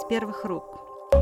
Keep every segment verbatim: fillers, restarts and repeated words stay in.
из первых рук.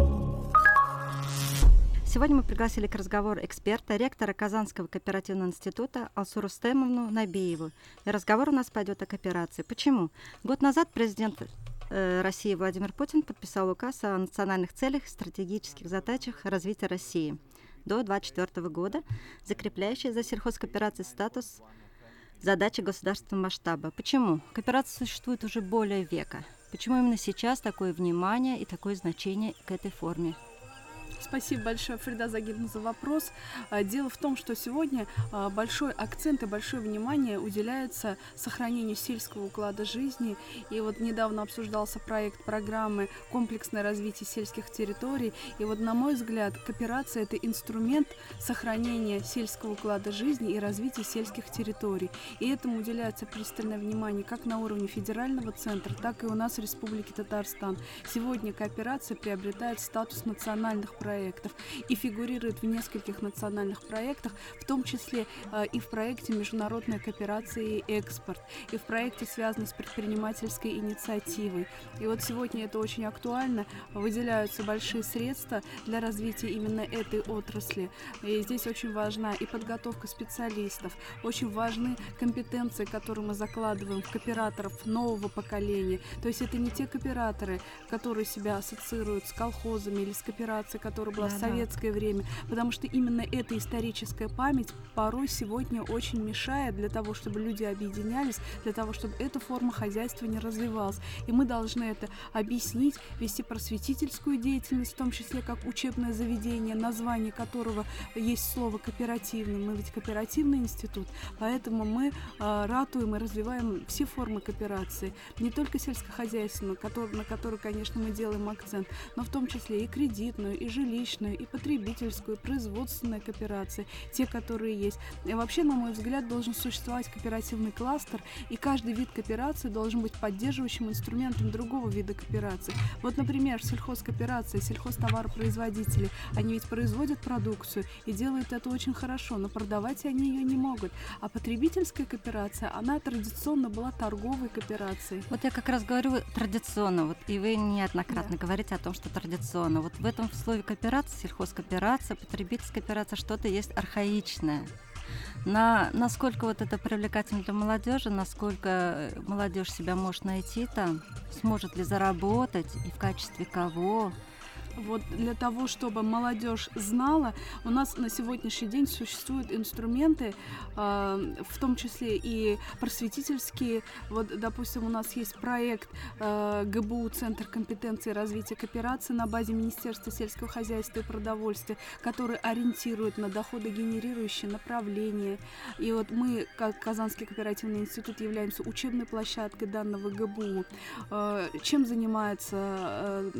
Сегодня мы пригласили к разговору эксперта, ректора Казанского кооперативного института Алсу Рустемовну Набиеву. И разговор у нас пойдет о кооперации. Почему? Год назад президент э, России Владимир Путин подписал указ о национальных целях и стратегических задачах развития России до две тысячи двадцать четвёртого года, закрепляющий за сельхозкооперацией статус задачи государственного масштаба. Почему? Кооперация существует уже более века. Почему именно сейчас такое внимание и такое значение к этой форме? Спасибо большое, Фарида Загидовна, за вопрос. Дело в том, что сегодня большой акцент и большое внимание уделяется сохранению сельского уклада жизни. И вот недавно обсуждался проект программы «Комплексное развитие сельских территорий». И вот, на мой взгляд, кооперация – это инструмент сохранения сельского уклада жизни и развития сельских территорий. И этому уделяется пристальное внимание как на уровне федерального центра, так и у нас в Республике Татарстан. Сегодня кооперация приобретает статус национальных проектов. проектов и фигурирует в нескольких национальных проектах, в том числе э, и в проекте «Международная кооперация и экспорт», и в проекте, связанном с предпринимательской инициативой. И вот сегодня это очень актуально, выделяются большие средства для развития именно этой отрасли. И здесь очень важна и подготовка специалистов, очень важны компетенции, которые мы закладываем в кооператоров нового поколения. То есть это не те кооператоры, которые себя ассоциируют с колхозами или с кооперацией, которая была да, в советское да. время, потому что именно эта историческая память порой сегодня очень мешает для того, чтобы люди объединялись, для того, чтобы эта форма хозяйства не развивалась. И мы должны это объяснить, вести просветительскую деятельность, в том числе как учебное заведение, название которого есть слово «кооперативный». Мы ведь кооперативный институт, поэтому мы э, ратуем и развиваем все формы кооперации, не только сельскохозяйственную, который, на которую, конечно, мы делаем акцент, но в том числе и кредитную, и жилищную, и потребительскую, и производственную кооперации, те, которые есть. И вообще, на мой взгляд, должен существовать кооперативный кластер, и каждый вид кооперации должен быть поддерживающим инструментом другого вида кооперации. Вот, например, сельхозкооперация, сельхозтоваропроизводители, они ведь производят продукцию и делают это очень хорошо, но продавать они ее не могут. А потребительская кооперация, она традиционно была торговой кооперацией. Вот я как раз говорю традиционно, вот, и вы неоднократно да. говорите о том, что традиционно. Вот в этом слове кооперация, сельхозкооперация, потребительская кооперация, что-то есть архаичное. На, насколько вот это привлекательно для молодежи, насколько молодежь себя может найти там, сможет ли заработать и в качестве кого? Вот для того, чтобы молодежь знала, у нас на сегодняшний день существуют инструменты, э, в том числе и просветительские. Вот, допустим, у нас есть проект э, ГБУ «Центр компетенции и развития кооперации» на базе Министерства сельского хозяйства и продовольствия, который ориентирует на доходогенерирующие направления. И вот мы, как Казанский кооперативный институт, являемся учебной площадкой данного ГБУ. Э, чем занимается э,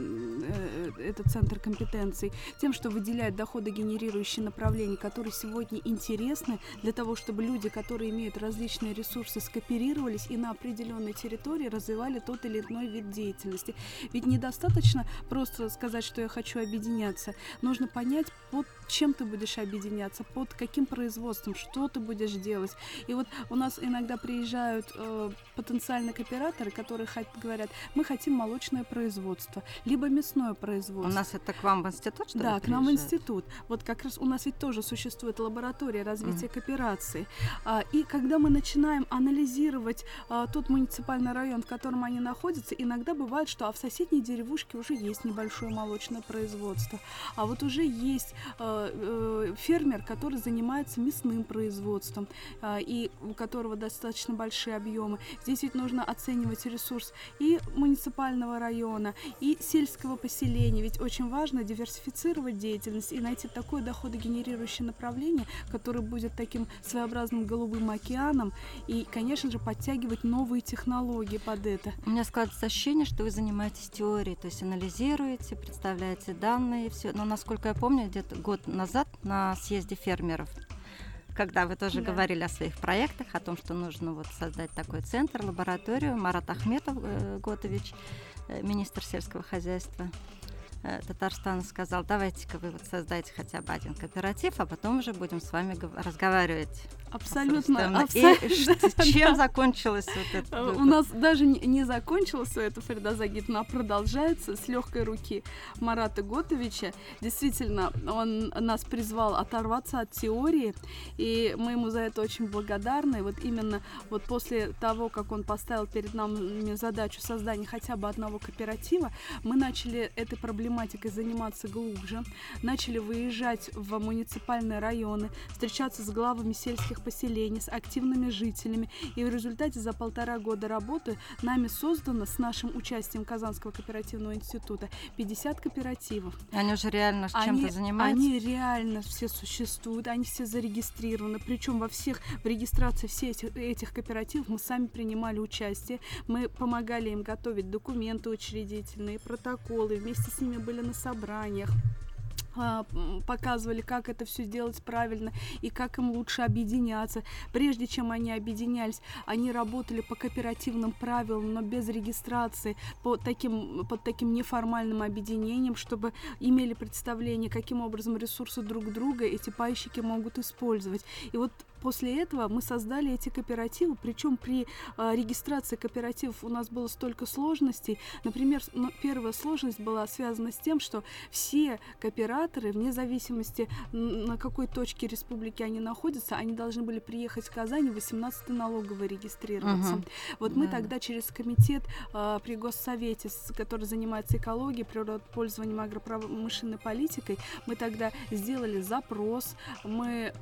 э, этот центр компетенций? Тем, что выделяет доходогенерирующие направления, которые сегодня интересны для того, чтобы люди, которые имеют различные ресурсы, скооперировались и на определенной территории развивали тот или иной вид деятельности. Ведь недостаточно просто сказать, что я хочу объединяться. Нужно понять, под чем ты будешь объединяться, под каким производством, что ты будешь делать. И вот у нас иногда приезжают э, потенциальные кооператоры, которые хотят, говорят, мы хотим молочное производство, либо мясное производство. У нас это к вам в институт, что ли? Да, к нам в институт. Вот как раз у нас ведь тоже существует лаборатория развития mm. кооперации. А, и когда мы начинаем анализировать а, тот муниципальный район, в котором они находятся, иногда бывает, что а в соседней деревушке уже есть небольшое молочное производство, а вот уже есть а, а, фермер, который занимается мясным производством, а, и у которого достаточно большие объемы. Здесь ведь нужно оценивать ресурс и муниципального района, и сельского поселения. Ведь очень важно диверсифицировать деятельность и найти такое доходогенерирующее направление, которое будет таким своеобразным голубым океаном, и, конечно же, подтягивать новые технологии под это. У меня складывается ощущение, что вы занимаетесь теорией, то есть анализируете, представляете данные, все. Но, насколько я помню, где-то год назад на съезде фермеров, когда вы тоже да. говорили о своих проектах, о том, что нужно вот создать такой центр, лабораторию, Марат Ахметов э, Готович, э, министр сельского хозяйства, э, Татарстана сказал: давайте-ка вы вот создайте хотя бы один кооператив, а потом уже будем с вами гов- разговаривать. Абсолютно. абсолютно. И ш- чем закончилось вот это? У нас даже не, не закончилось все это, Фарида Загитовна, а продолжается с легкой руки Марата Готовича. Действительно, он нас призвал оторваться от теории, и мы ему за это очень благодарны. Вот именно вот после того, как он поставил перед нами задачу создания хотя бы одного кооператива, мы начали этой проблематикой заниматься глубже, начали выезжать в муниципальные районы, встречаться с главами сельских поселений, с активными жителями. И в результате за полтора года работы нами создано с нашим участием Казанского кооперативного института пятьдесят кооперативов. Они уже реально чем-то они, занимаются? Они реально все существуют, они все зарегистрированы. Причем во всех, в регистрации всех этих, этих кооперативов мы сами принимали участие. Мы помогали им готовить документы учредительные, протоколы, вместе с ними были на собраниях, показывали, как это все делать правильно и как им лучше объединяться. Прежде чем они объединялись, они работали по кооперативным правилам, но без регистрации, по таким, под таким неформальным объединением, чтобы имели представление, каким образом ресурсы друг друга эти пайщики могут использовать. И вот после этого мы создали эти кооперативы, причем при э, регистрации кооперативов у нас было столько сложностей. Например, ну, первая сложность была связана с тем, что все кооператоры, вне зависимости, на какой точке республики они находятся, они должны были приехать в Казань в восемнадцатой налоговой регистрироваться. Uh-huh. Вот мы да. тогда через комитет э, при Госсовете, с, который занимается экологией, природопользованием, агропромышленной политикой, мы тогда сделали запрос, мы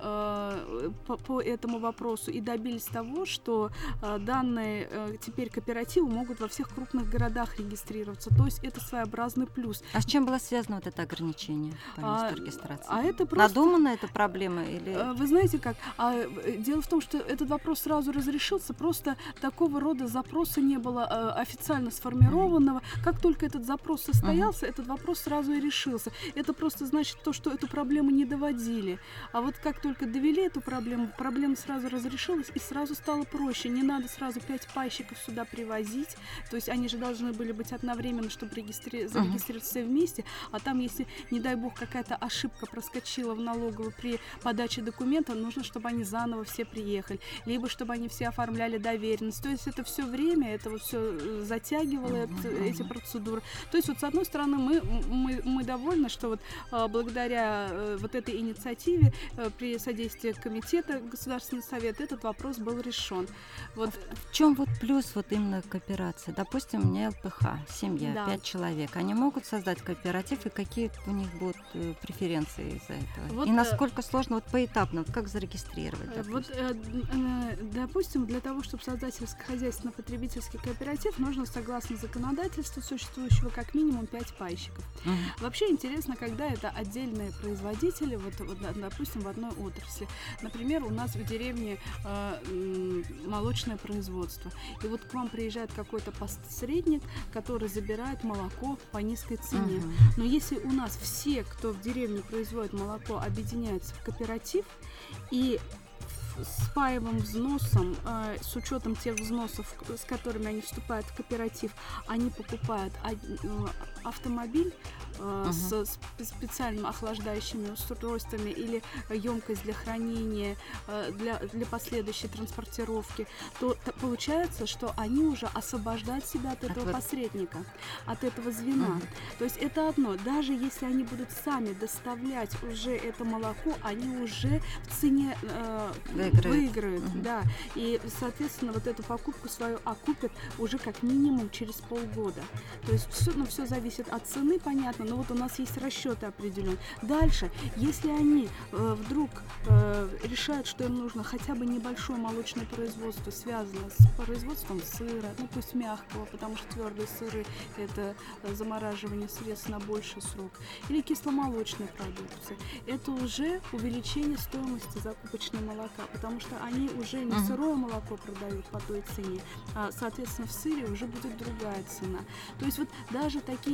э, по, по этому вопросу и добились того, что э, данные э, теперь кооперативы могут во всех крупных городах регистрироваться. То есть это своеобразный плюс. А с чем было связано вот это ограничение по месту а, регистрации? А это просто... Надуманная эта проблема? Или... Вы знаете как? А, дело в том, что этот вопрос сразу разрешился, просто такого рода запроса не было а, официально сформированного. Mm-hmm. Как только этот запрос состоялся, mm-hmm. этот вопрос сразу и решился. Это просто значит то, что эту проблему не доводили. А вот как только довели эту проблему, проблема сразу разрешилась и сразу стало проще. Не надо сразу пять пайщиков сюда привозить. То есть они же должны были быть одновременно, чтобы регистри... зарегистрироваться все вместе. А там, если, не дай бог, какая-то ошибка проскочила в налоговую при подаче документа, нужно, чтобы они заново все приехали. Либо чтобы они все оформляли доверенность. То есть это все время, это вот все затягивало это, эти процедуры. То есть вот с одной стороны мы, мы, мы довольны, что вот а, благодаря а, вот этой инициативе а, при содействии комитета Государственный совет этот вопрос был решен. Вот. А в чем вот плюс вот именно кооперации? Допустим, у меня эл пэ ха, семья, да. пять человек. Они могут создать кооператив, и какие у них будут э, преференции из-за этого? Вот, и насколько э, сложно вот поэтапно, вот как зарегистрировать? Допустим? Вот, э, э, допустим, для того, чтобы создать сельскохозяйственно-потребительский кооператив, нужно, согласно законодательству существующего, как минимум пять пайщиков. Угу. Вообще интересно, когда это отдельные производители, вот, вот, допустим, в одной отрасли. Например, у нас в деревне э, молочное производство. И вот к вам приезжает какой-то посредник, который забирает молоко по низкой цене. Uh-huh. Но если у нас все, кто в деревне производит молоко, объединяются в кооператив и с паевым взносом, э, с учетом тех взносов, с которыми они вступают в кооператив, они покупают а, э, автомобиль э, uh-huh. с, с специальными охлаждающими устройствами или емкость для хранения, э, для, для последующей транспортировки, то, то получается, что они уже освобождают себя от этого от посредника, от этого звена. Uh-huh. То есть это одно. Даже если они будут сами доставлять уже это молоко, они уже в цене э, выиграют, выиграют uh-huh. да. И, соответственно, вот эту покупку свою окупят уже как минимум через полгода. То есть все, ну, все зависит от цены, понятно, но вот у нас есть расчеты определенные. Дальше, если они э, вдруг э, решают, что им нужно хотя бы небольшое молочное производство, связанное с производством сыра, ну пусть мягкого, потому что твердые сыры – это замораживание средств на больший срок, или кисломолочной продукции, это уже увеличение стоимости закупочного молока, потому что они уже не сырое молоко продают по той цене, а, соответственно, в сыре уже будет другая цена. То есть вот даже такие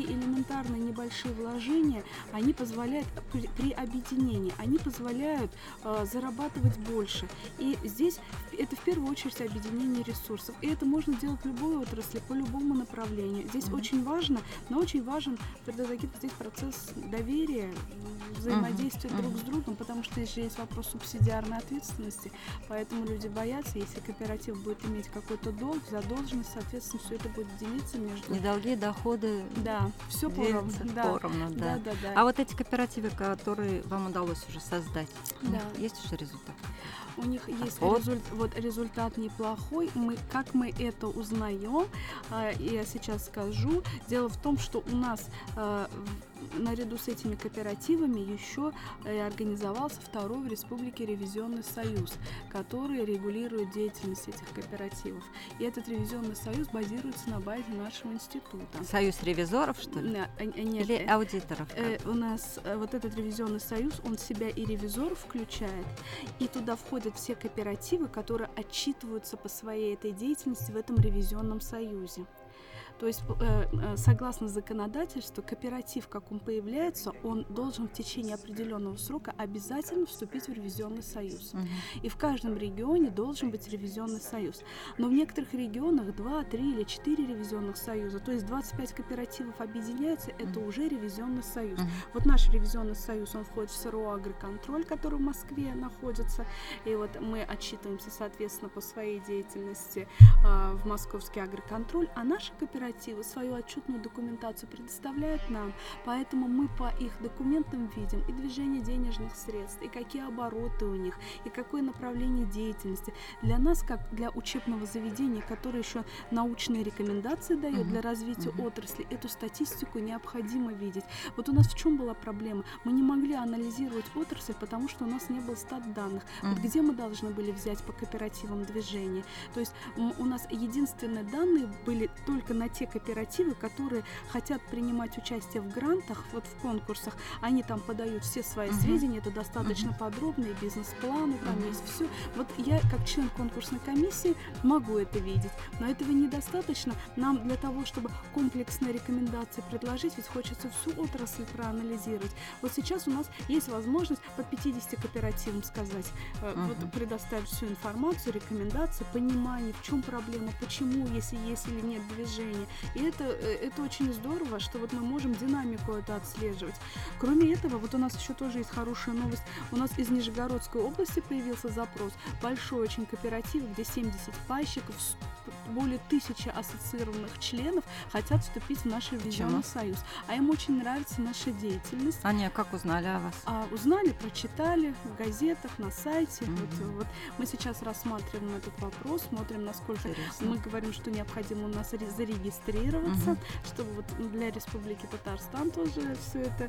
такие элементарные небольшие вложения, они позволяют при, при объединении, они позволяют э, зарабатывать больше. И здесь это в первую очередь объединение ресурсов. И это можно делать в любой отрасли, по любому направлению. Здесь mm-hmm. очень важно, но очень важен, Фарида Загитовна, здесь процесс доверия, взаимодействия mm-hmm. друг с другом, потому что здесь же есть вопрос субсидиарной ответственности, поэтому люди боятся, если кооператив будет иметь какой-то долг, задолженность, соответственно, все это будет делиться между... И долги, доходы... Да, все поровну. Да. поровну да. Да, да, да. А вот эти кооперативы, которые вам удалось уже создать, да. есть уже результат? У них есть вот. результ, вот результат неплохой. Мы, как мы это узнаем, э, я сейчас скажу. Дело в том, что у нас э, наряду с этими кооперативами еще э, организовался второй в республике ревизионный союз, который регулирует деятельность этих кооперативов. И этот ревизионный союз базируется на базе нашего института. Союз ревизоров, что ли? Да, э, нет, Или аудиторов? Э, у нас э, вот этот ревизионный союз, он в себя и ревизоров включает, и туда входят все кооперативы, которые отчитываются по своей этой деятельности в этом ревизионном союзе. То есть, э, согласно законодательству, кооператив, как он появляется, он должен в течение определенного срока обязательно вступить в ревизионный союз. Uh-huh. И в каждом регионе должен быть ревизионный союз. Но в некоторых регионах два, три или четыре ревизионных союза, то есть двадцать пять кооперативов объединяются, uh-huh. это уже ревизионный союз. Uh-huh. Вот наш ревизионный союз, он входит в СРО «Агроконтроль», который в Москве находится, и вот мы отчитываемся, соответственно, по своей деятельности э, в московский агроконтроль, а наши кооперативы свою отчетную документацию предоставляют нам, поэтому мы по их документам видим и движение денежных средств, и какие обороты у них, и какое направление деятельности. Для нас, как для учебного заведения, которое еще научные рекомендации дает uh-huh. для развития uh-huh. отрасли, эту статистику необходимо видеть. Вот у нас в чем была проблема? Мы не могли анализировать отрасль, потому что у нас не было стат данных. Uh-huh. Вот где мы должны были взять по кооперативам движения? То есть у нас единственные данные были только на те кооперативы, которые хотят принимать участие в грантах, вот в конкурсах, они там подают все свои uh-huh. сведения, это достаточно uh-huh. подробные бизнес-планы, там uh-huh. есть все. Вот я, как член конкурсной комиссии, могу это видеть, но этого недостаточно. Нам для того, чтобы комплексные рекомендации предложить, ведь хочется всю отрасль проанализировать. Вот сейчас у нас есть возможность по пятидесяти кооперативам сказать, uh-huh. вот предоставить всю информацию, рекомендации, понимание, в чем проблема, почему, если есть или нет движения. И это, это очень здорово, что вот мы можем динамику это отслеживать. Кроме этого, вот у нас еще тоже есть хорошая новость. У нас из Нижегородской области появился запрос. Большой очень кооператив, где семьдесят пайщиков, более тысячи ассоциированных членов хотят вступить в наш ревизионный союз. А им очень нравится наша деятельность. Аня, как узнали о вас? А, узнали, прочитали в газетах, на сайте. Mm-hmm. Вот, вот. Мы сейчас рассматриваем этот вопрос, смотрим, насколько Интересно. Мы говорим, что необходимо у нас зарегистрироваться, mm-hmm. чтобы вот для Республики Татарстан тоже все это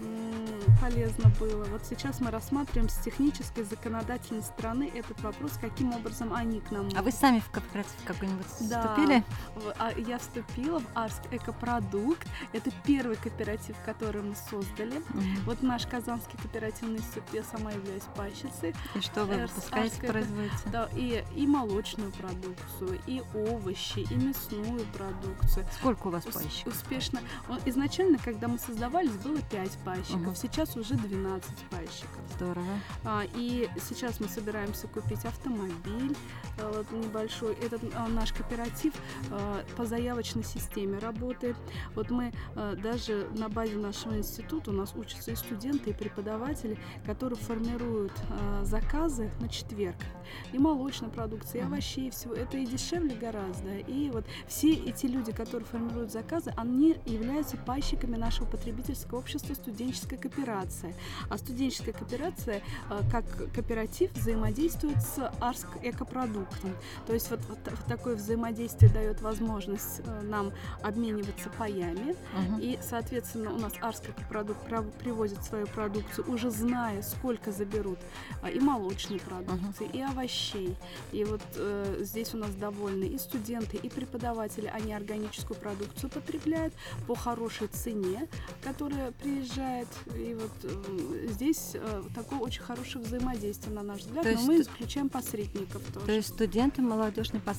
м- полезно было. Вот сейчас мы рассматриваем с технической, законодательной стороны этот вопрос, каким образом они к нам могут. А вы сами в кооператив какой-нибудь да, вступили? Я вступила в Арск Экопродукт. Это первый кооператив, который мы создали. Mm-hmm. Вот наш Казанский кооперативный институт, я сама являюсь пайщицей. И что вы выпускаете, Арск, производите? Да, и, и молочную продукцию, и овощи, и мясную продукцию. Сколько у вас пайщиков? Успешно. Изначально, когда мы создавались, было пять пайщиков. Uh-huh. Сейчас уже двенадцать пайщиков. Здорово. А, и сейчас мы собираемся купить автомобиль а, вот, небольшой. Этот а, наш кооператив а, по заявочной системе работает. Вот мы а, даже на базе нашего института у нас учатся и студенты, и преподаватели, которые формируют а, заказы на четверг. И молочной продукции, и овощей, и всего. Это и дешевле гораздо. И вот все эти люди, которые формируют заказы, они являются пайщиками нашего потребительского общества «Студенческая кооперация». А студенческая кооперация, как кооператив, взаимодействует с Арск Экопродуктом. То есть вот, вот такое взаимодействие дает возможность нам обмениваться паями. Uh-huh. И, соответственно, у нас Арск Экопродукт привозит свою продукцию, уже зная, сколько заберут и молочной продукции, uh-huh. и овощей. И вот э, здесь у нас довольны и студенты, и преподаватели. Они органическую продукцию потребляют по хорошей цене, которая приезжает. И вот э, здесь э, такое очень хорошее взаимодействие, на наш взгляд. То но мы исключаем посредников тоже. То есть студенты, молодежь непосредственно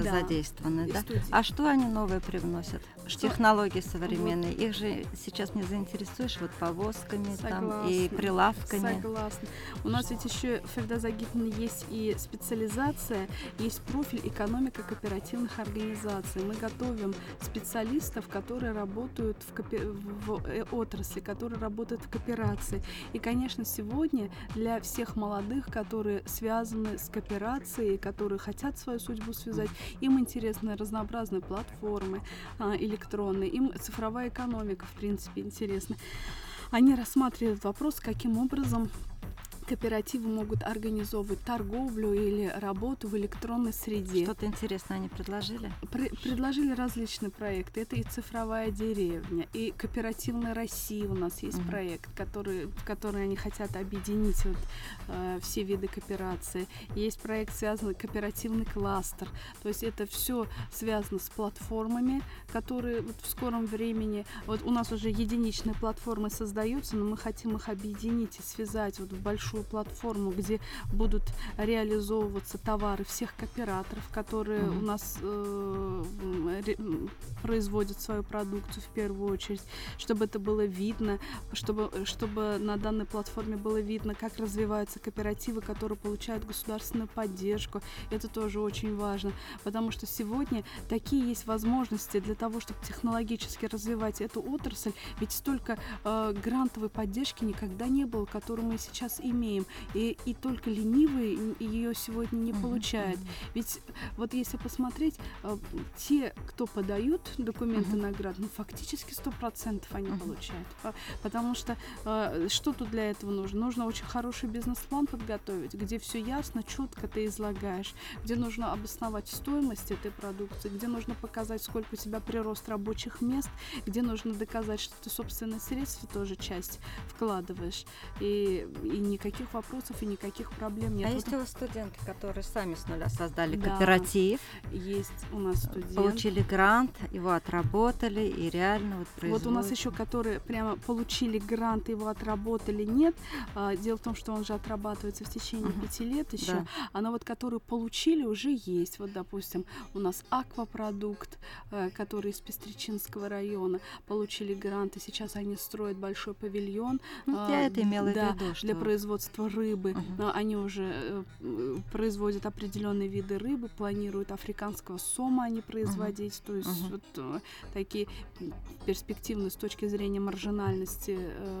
да, задействованы, да? Студии. А что они новые привносят? Что? Технологии современные. Вот. Их же сейчас не заинтересуешь вот повозками там, и прилавками. Согласна. У нас ведь еще, Фарида Загитовна, есть и специализация, есть профиль экономика кооперативных организаций. Мы готовим специалистов, которые работают в, копи... в отрасли, которые работают в кооперации. И, конечно, сегодня для всех молодых, которые связаны с кооперацией, которые хотят свою судьбу связать, им интересны разнообразные платформы а, электронные, им цифровая экономика, в принципе, интересна. Они рассматривают вопрос, каким образом кооперативы могут организовывать торговлю или работу в электронной среде. Что-то интересное они предложили? Пр- предложили различные проекты. Это и цифровая деревня, и кооперативная Россия у нас есть uh-huh. проект, который, в который они хотят объединить вот, э, все виды кооперации. Есть проект, связанный кооперативный кластер. То есть это все связано с платформами, которые вот в скором времени, вот у нас уже единичные платформы создаются, но мы хотим их объединить и связать вот в большую платформу, где будут реализовываться товары всех кооператоров, которые mm-hmm. у нас э, ре, производят свою продукцию в первую очередь, чтобы это было видно, чтобы, чтобы на данной платформе было видно, как развиваются кооперативы, которые получают государственную поддержку. Это тоже очень важно, потому что сегодня такие есть возможности для того, чтобы технологически развивать эту отрасль, ведь столько э, грантовой поддержки никогда не было, которую мы сейчас имеем. И, и только ленивый ее сегодня не получает. Uh-huh. Ведь вот если посмотреть, э, те, кто подают документы uh-huh. на грант, ну фактически сто процентов они uh-huh. получают. Потому что э, что тут для этого нужно? Нужно очень хороший бизнес-план подготовить, где все ясно, четко ты излагаешь, где нужно обосновать стоимость этой продукции, где нужно показать, сколько у тебя прирост рабочих мест, где нужно доказать, что ты собственные средства тоже часть вкладываешь. И, и никаких вопросов и никаких проблем нет. А есть у вас студенты, которые сами с нуля создали да, кооператив? Есть у нас студенты. Получили грант, его отработали и реально вот производят. Вот у нас еще, которые прямо получили грант, его отработали, нет. Дело в том, что он же отрабатывается в течение uh-huh. пяти лет еще. Да. А но вот которые получили, уже есть. Вот, допустим, у нас Аквапродукт, который из Пестричинского района, получили грант, и сейчас они строят большой павильон. Ну, я это имела да, в виду, что... для производства рыбы. Uh-huh. Они уже э, производят определенные виды рыбы, планируют африканского сома они производить. Uh-huh. То есть uh-huh. вот э, такие перспективные с точки зрения маржинальности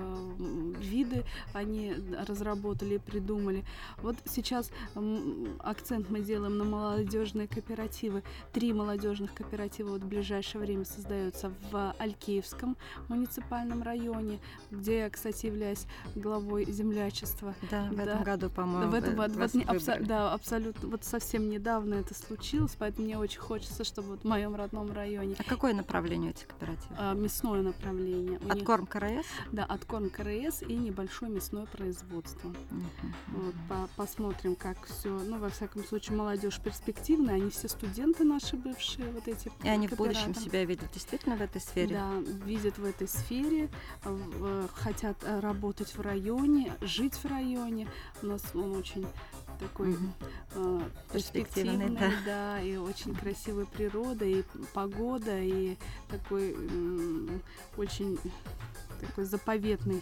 э, виды они разработали, придумали. Вот сейчас э, акцент мы делаем на молодежные кооперативы. Три молодежных кооператива вот в ближайшее время создаются в Алькеевском муниципальном районе, где я, кстати, являюсь главой землячества. Да, в да. этом году, по-моему, в этом, вы, вот, вот, абсо- да, абсолютно. Вот совсем недавно это случилось, поэтому мне очень хочется, чтобы вот в моем родном районе. А какое направление у этих кооперативов? А, мясное направление. Откорм КРС? Да, откорм КРС и небольшое мясное производство. Uh-huh. Вот, по- посмотрим, как все. Ну, во всяком случае, молодежь перспективная, они все студенты наши бывшие, вот эти. И они в будущем себя видят действительно в этой сфере? Да, видят в этой сфере, в, хотят работать в районе, жить в районе. У нас он очень такой угу. э, перспективный, да. да, и очень красивая природа, и погода, и такой э, очень такой заповедный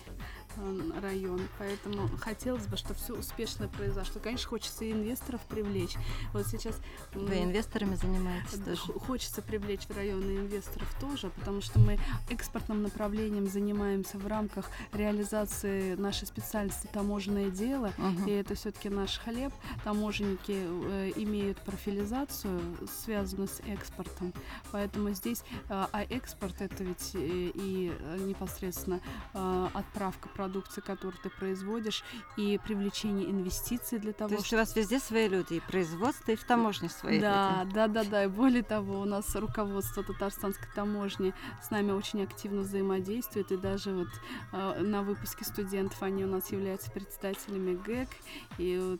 район, поэтому хотелось бы, чтобы все успешно произошло. Конечно, хочется и инвесторов привлечь. Вот сейчас вы инвесторами занимаетесь тоже? Хочется привлечь в районы инвесторов тоже, потому что мы экспортным направлением занимаемся в рамках реализации нашей специальности таможенное дело, угу. и это все-таки наш хлеб. Таможенники э, имеют профилизацию, связанную с экспортом, поэтому здесь, э, а экспорт это ведь э, и непосредственно э, отправка продукции, которую ты производишь, и привлечение инвестиций для того, То есть что... у вас везде свои люди, и производство, и в таможне свои да, люди. Да, да, да, и более того, у нас руководство Татарстанской таможни с нами очень активно взаимодействует, и даже вот э, на выпуске студентов они у нас являются председателями ГЭК, и вот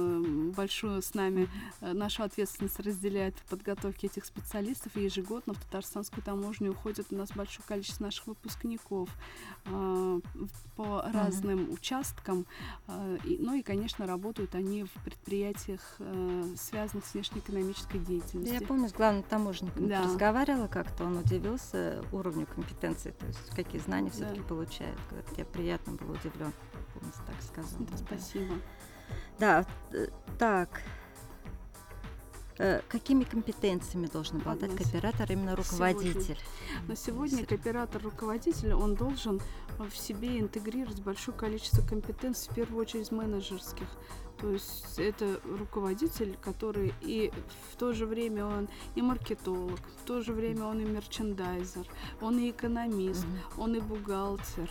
э, большую с нами э, нашу ответственность разделяют в подготовке этих специалистов, и ежегодно в Татарстанскую таможню уходит у нас большое количество наших выпускников э, по по разным uh-huh. участкам. Э, и, ну и, конечно, работают они в предприятиях, э, связанных с внешнеэкономической деятельностью. Я помню, с главным таможенником да. разговаривала как-то, он удивился уровню компетенции, то есть какие знания да. все-таки получает. Говорит, я приятно был удивлен, полностью так сказал. Да, спасибо. Да, так. Какими компетенциями должен обладать кооператор, именно руководитель? Сегодня. На сегодня кооператор-руководитель, он должен в себе интегрировать большое количество компетенций, в первую очередь менеджерских. То есть это руководитель, который и в то же время он и маркетолог, в то же время он и мерчендайзер, он и экономист, mm-hmm. он и бухгалтер,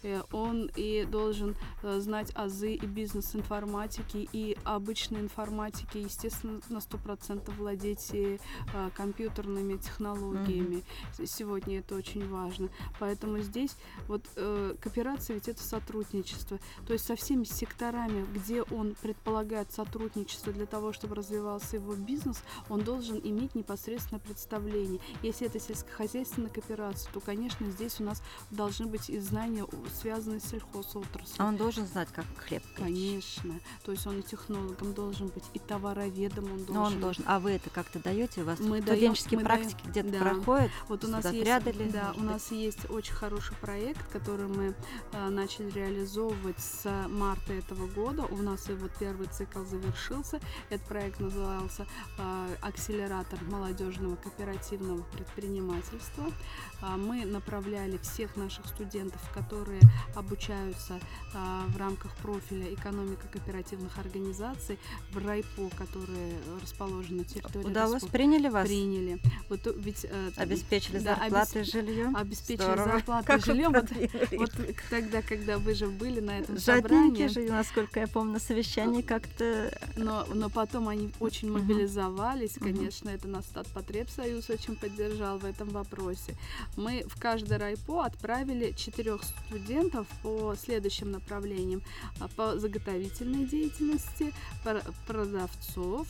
он и должен знать азы и бизнес-информатики, и обычной информатики, естественно, на сто процентов владеть и а, компьютерными технологиями. Mm-hmm. Сегодня это очень важно. Поэтому здесь вот э, кооперация ведь это сотрудничество. То есть со всеми секторами, где он предполагает, предполагает сотрудничество для того, чтобы развивался его бизнес, он должен иметь непосредственное представление. Если это сельскохозяйственная кооперация, то, конечно, здесь у нас должны быть и знания, связанные с сельхозотраслью. А он должен знать, как хлеб печь? Конечно. То есть он и технологом должен быть, и товароведом он должен. Но он должен. А вы это как-то даете? У вас мы студенческие даем, практики даем, где-то да. проходят? Вот у нас есть, да, у нас есть очень хороший проект, который мы а, начали реализовывать с марта этого года. У нас и вот первый цикл завершился. Этот проект назывался э, «Акселератор молодежного кооперативного предпринимательства». Э, мы направляли всех наших студентов, которые обучаются э, в рамках профиля «Экономика кооперативных организаций» в РайПо, которые расположены на территории Удалось? республики. Приняли вас? Приняли. Вот, ведь, э, обеспечили да, зарплатой обесп... и жильем? Обеспечили Здорово. зарплатой и жильем. Вот, вот тогда, когда вы же были на этом собрании. Жадненькие же, насколько я помню, на совещании как-то... Но, но потом они очень uh-huh. мобилизовались, конечно, uh-huh. это нас Статпотребсоюз очень поддержал в этом вопросе. Мы в каждый райпо отправили четырех студентов по следующим направлениям: по заготовительной деятельности, продавцов,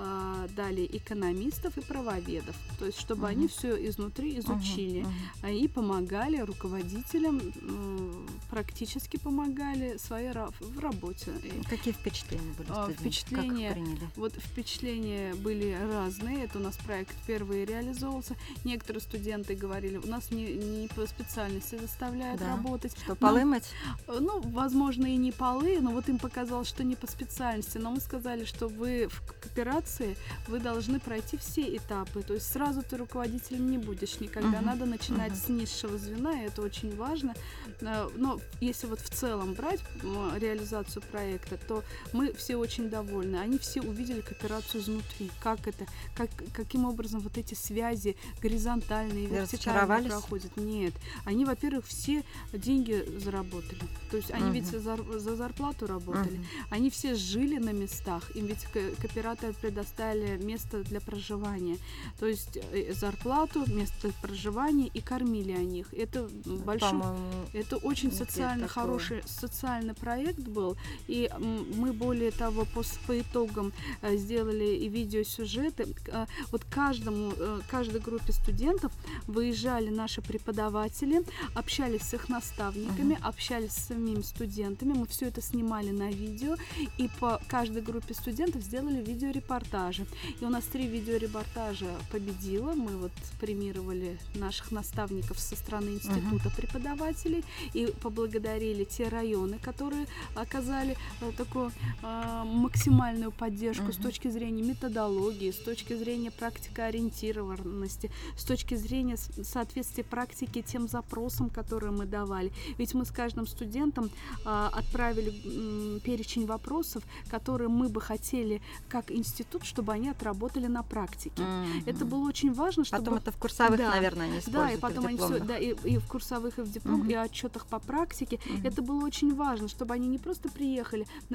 далее экономистов и правоведов. То есть, чтобы uh-huh. они все изнутри изучили uh-huh. Uh-huh. и помогали руководителям, практически помогали своей в работе. Какие впечатления были? Впечатления, вот впечатления были разные. Это у нас проект впервые реализовывался. Некоторые студенты говорили, у нас не, не по специальности заставляют да. работать. Что, полы мыть? Ну, возможно, и не полы, но вот им показалось, что не по специальности. Но мы сказали, что вы в кооперации, вы должны пройти все этапы. То есть сразу ты руководителем не будешь никогда. Uh-huh. Надо начинать uh-huh. с низшего звена, и это очень важно. Но если вот в целом брать реализацию проекта, то мы все очень довольны. Они все увидели кооперацию изнутри. Как это, как, каким образом вот эти связи горизонтальные, вертикальные проходят. Нет. Они, во-первых, все деньги заработали. То есть они uh-huh. ведь за, за зарплату работали. Uh-huh. Они все жили на местах. Им ведь кооператоры предоставили место для проживания. То есть зарплату, место для проживания, и кормили они их. Это большой, это очень социально хороший социальный проект был. И мы, более того, по, по итогам э, сделали и видеосюжеты. Э, вот каждому, э, каждой группе студентов выезжали наши преподаватели, общались с их наставниками, uh-huh. общались с самими студентами. Мы все это снимали на видео, и по каждой группе студентов сделали видеорепортажи. И у нас три видеорепортажа победило. Мы вот премировали наших наставников со стороны института uh-huh. преподавателей и поблагодарили те районы, которые оказали э, такую э, максимальную поддержку uh-huh. с точки зрения методологии, с точки зрения практикоориентированности, с точки зрения соответствия практики тем запросам, которые мы давали. Ведь мы с каждым студентом э, отправили э, перечень вопросов, которые мы бы хотели как институт, чтобы они отработали на практике. Uh-huh. Это было очень важно, чтобы... Потом это в курсовых, да, наверное, они используют. Да, и потом они все, да, и, и в курсовых, и в диплом, uh-huh. и отчетах по практике. Uh-huh. Это было очень важно, чтобы они не просто приехали, например, и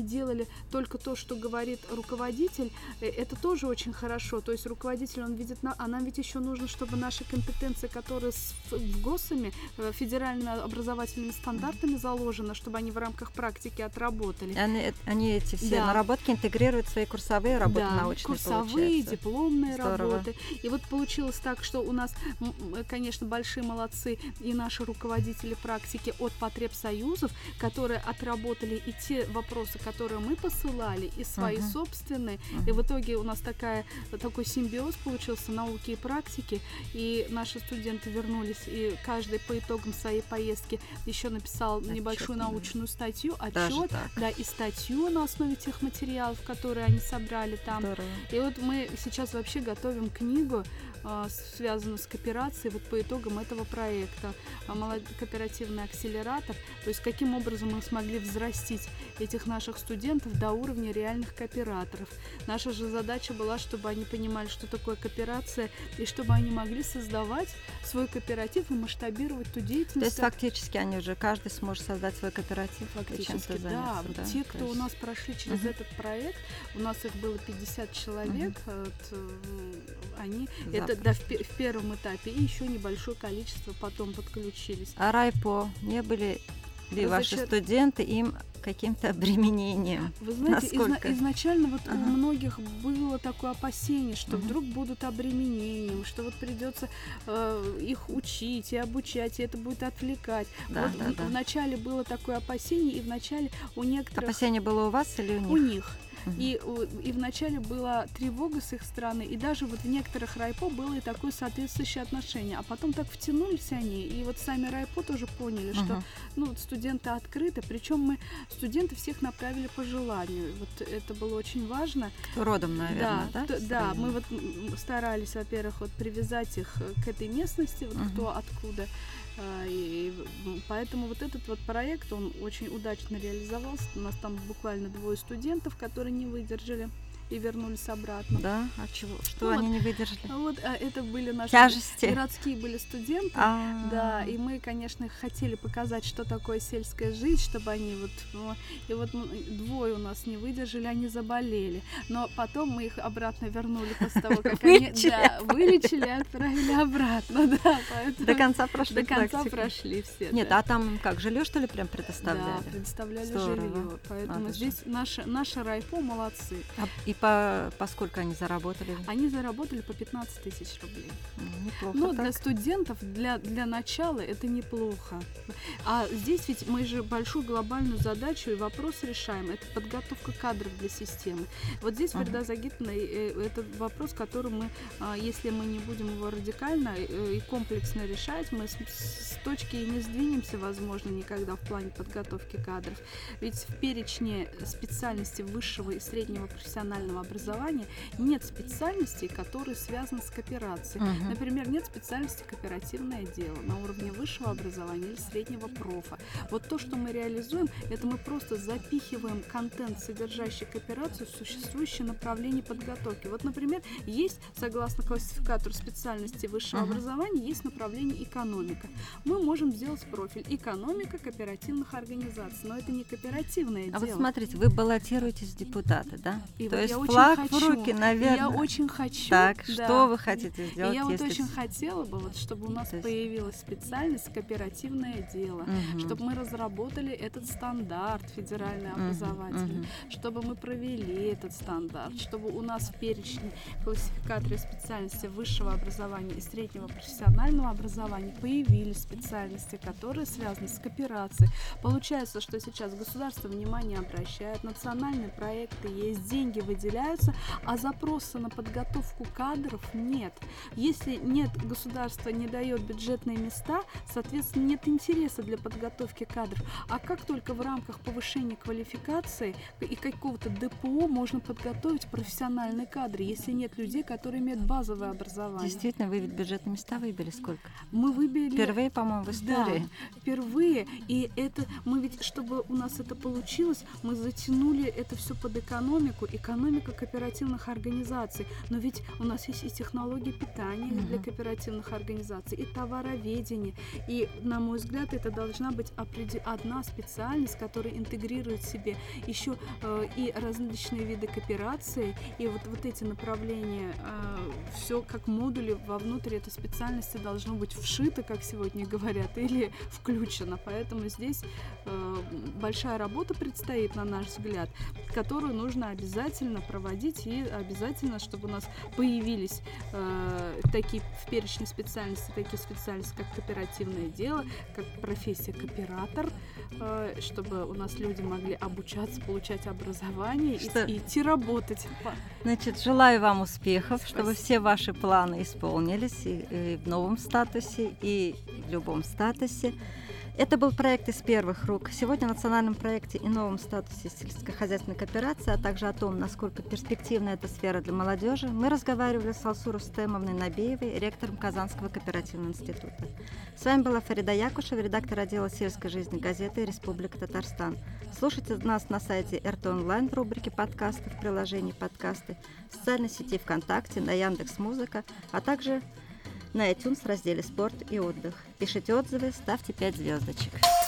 делали только то, что говорит руководитель, это тоже очень хорошо. То есть руководитель, он видит, а нам ведь еще нужно, чтобы наши компетенции, которые с ГОСами, федеральными образовательными стандартами заложены, чтобы они в рамках практики отработали. Они, они эти все да. наработки интегрируют в свои курсовые работы да, научные, курсовые, получается. дипломные Здорово. работы. И вот получилось так, что у нас, конечно, большие молодцы и наши руководители практики от потребсоюзов, которые отработали и те вопросы, которые мы посылали, и свои uh-huh. собственные. Uh-huh. И в итоге у нас такая, такой симбиоз получился науки и практики. И наши студенты вернулись, и каждый по итогам своей поездки еще написал отчет, небольшую да. научную статью, отчет, да, и статью на основе тех материалов, которые они собрали там. Здорово. И вот мы сейчас вообще готовим книгу, э, связанную с кооперацией, вот по итогам этого проекта. Кооперативный акселератор, то есть каким образом мы смогли взрастить этих наших студентов до уровня реальных кооператоров. Наша же задача была, чтобы они понимали, что такое кооперация, и чтобы они могли создавать свой кооператив и масштабировать ту деятельность. То есть фактически они уже, каждый сможет создать свой кооператив? Фактически, да. да. Те, кто есть... у нас прошли через uh-huh. этот проект, у нас их было пятьдесят человек, uh-huh. вот, они, Запад. это да, в, в первом этапе, и еще небольшое количество потом подключились. А райпо не были ли ваши Зачем... студенты им каким-то обременением? Вы знаете, изна- изначально вот ага. у многих было такое опасение, что ага. вдруг будут обременением, что вот придется э, их учить и обучать, и это будет отвлекать. Да, вот да, в, да. вначале было такое опасение, и вначале у некоторых... Опасение было у вас или у них? У них. Uh-huh. И, и вначале была тревога с их стороны, и даже вот в некоторых райпо было и такое соответствующее отношение. А потом так втянулись они, и вот сами райпо тоже поняли, uh-huh. что ну, вот студенты открыты, причем мы студенты всех направили по желанию. Вот это было очень важно. Родом, наверное, да? Да, т- да мы вот старались, во-первых, вот привязать их к этой местности, вот uh-huh. кто откуда. И поэтому вот этот вот проект, он очень удачно реализовался. У нас там буквально двое студентов, которые не выдержали и вернулись обратно. Да? А чего? Что ну, они вот, не выдержали? Вот а это были наши Тяжести. городские были студенты. А-а-а. Да, и мы, конечно, хотели показать, что такое сельская жизнь, чтобы они вот... Ну, и вот двое у нас не выдержали, они заболели. Но потом мы их обратно вернули после того, как они да, вылечили и отправили обратно. Да, поэтому до конца прошли До конца практику. прошли все. Нет, да. а там как, жилье что ли прям предоставляли? Да, предоставляли Здорово. жилье. Поэтому Надо здесь наши, наши райпо молодцы. А, и по, по сколько они заработали? Они заработали по пятнадцать тысяч рублей. Ну, неплохо. Ну, так. для студентов, для, для начала это неплохо. А здесь ведь мы же большую глобальную задачу и вопрос решаем. Это подготовка кадров для системы. Вот здесь, Фарида uh-huh. Загитовна, это вопрос, который мы, если мы не будем его радикально и комплексно решать, мы с, с точки и не сдвинемся, возможно, никогда в плане подготовки кадров. Ведь в перечне специальностей высшего и среднего профессионального образования нет специальностей, которые связаны с кооперацией. Uh-huh. Например, нет специальности кооперативное дело на уровне высшего образования или среднего профа. Вот то, что мы реализуем, это мы просто запихиваем контент, содержащий кооперацию, в существующее направление подготовки. Вот, например, есть, согласно классификатору специальности высшего uh-huh. образования, есть направление экономика. Мы можем сделать профиль экономика кооперативных организаций, но это не кооперативное а дело. А вот смотрите, вы баллотируетесь в депутаты, да? И То вот есть я флаг очень в хочу, руки, наверное. Я очень хочу. Так, да. что вы хотите сделать? И я вот если... очень хотела бы, вот, чтобы у нас есть... появилась специальность кооперативное дело, угу. чтобы мы разработали этот стандарт федеральный образовательный, угу. чтобы мы провели этот стандарт, чтобы у нас в перечне классификаторе специальности высшего образования и среднего профессионального образования появились специальности, которые связаны с кооперацией. Получается, что сейчас государство внимание обращает, национальные проекты есть, деньги выделяются, а запроса на подготовку кадров нет. Если нет, государство не дает бюджетные места, соответственно, нет интереса для подготовки кадров. А как только в рамках повышения квалификации и какого-то ДПО можно подготовить профессиональные кадры, если нет людей, которые имеют базовое образование? Действительно, вы ведь бюджетные места выбили сколько? Мы выбили... Впервые, по-моему, в истории. Да, впервые. И это мы ведь, чтобы у нас это получилось, мы затянули это все под экономику. Экономика экономика кооперативных организаций. Но ведь у нас есть и технологии питания mm-hmm. для кооперативных организаций, и товароведение. И, на мой взгляд, это должна быть одна специальность, которая интегрирует в себе еще э, и различные виды кооперации, и вот, вот эти направления, э, все как модули вовнутрь этой специальности должно быть вшито, как сегодня говорят, или включено. Поэтому здесь э, большая работа предстоит, на наш взгляд, которую нужно обязательно проводить, и обязательно, чтобы у нас появились э, такие в перечне специальностей, такие специальности, как кооперативное дело, как профессия кооператор, э, чтобы у нас люди могли обучаться, получать образование Что? и идти работать. Значит, желаю вам успехов, Спасибо. Чтобы все ваши планы исполнились и, и в новом статусе, и в любом статусе. Это был проект «Из первых рук». Сегодня о национальном проекте и новом статусе сельскохозяйственной кооперации, а также о том, насколько перспективна эта сфера для молодежи, мы разговаривали с Алсу Рустемовной Набиевой, ректором Казанского кооперативного института. С вами была Фарида Якушева, редактор отдела сельской жизни газеты «Республика Татарстан». Слушайте нас на сайте эр тэ онлайн в рубрике «Подкасты», в приложении «Подкасты», в социальной сети ВКонтакте, на Яндекс.Музыка, а также на iTunes в разделе «Спорт и отдых». Пишите отзывы, ставьте пять звездочек.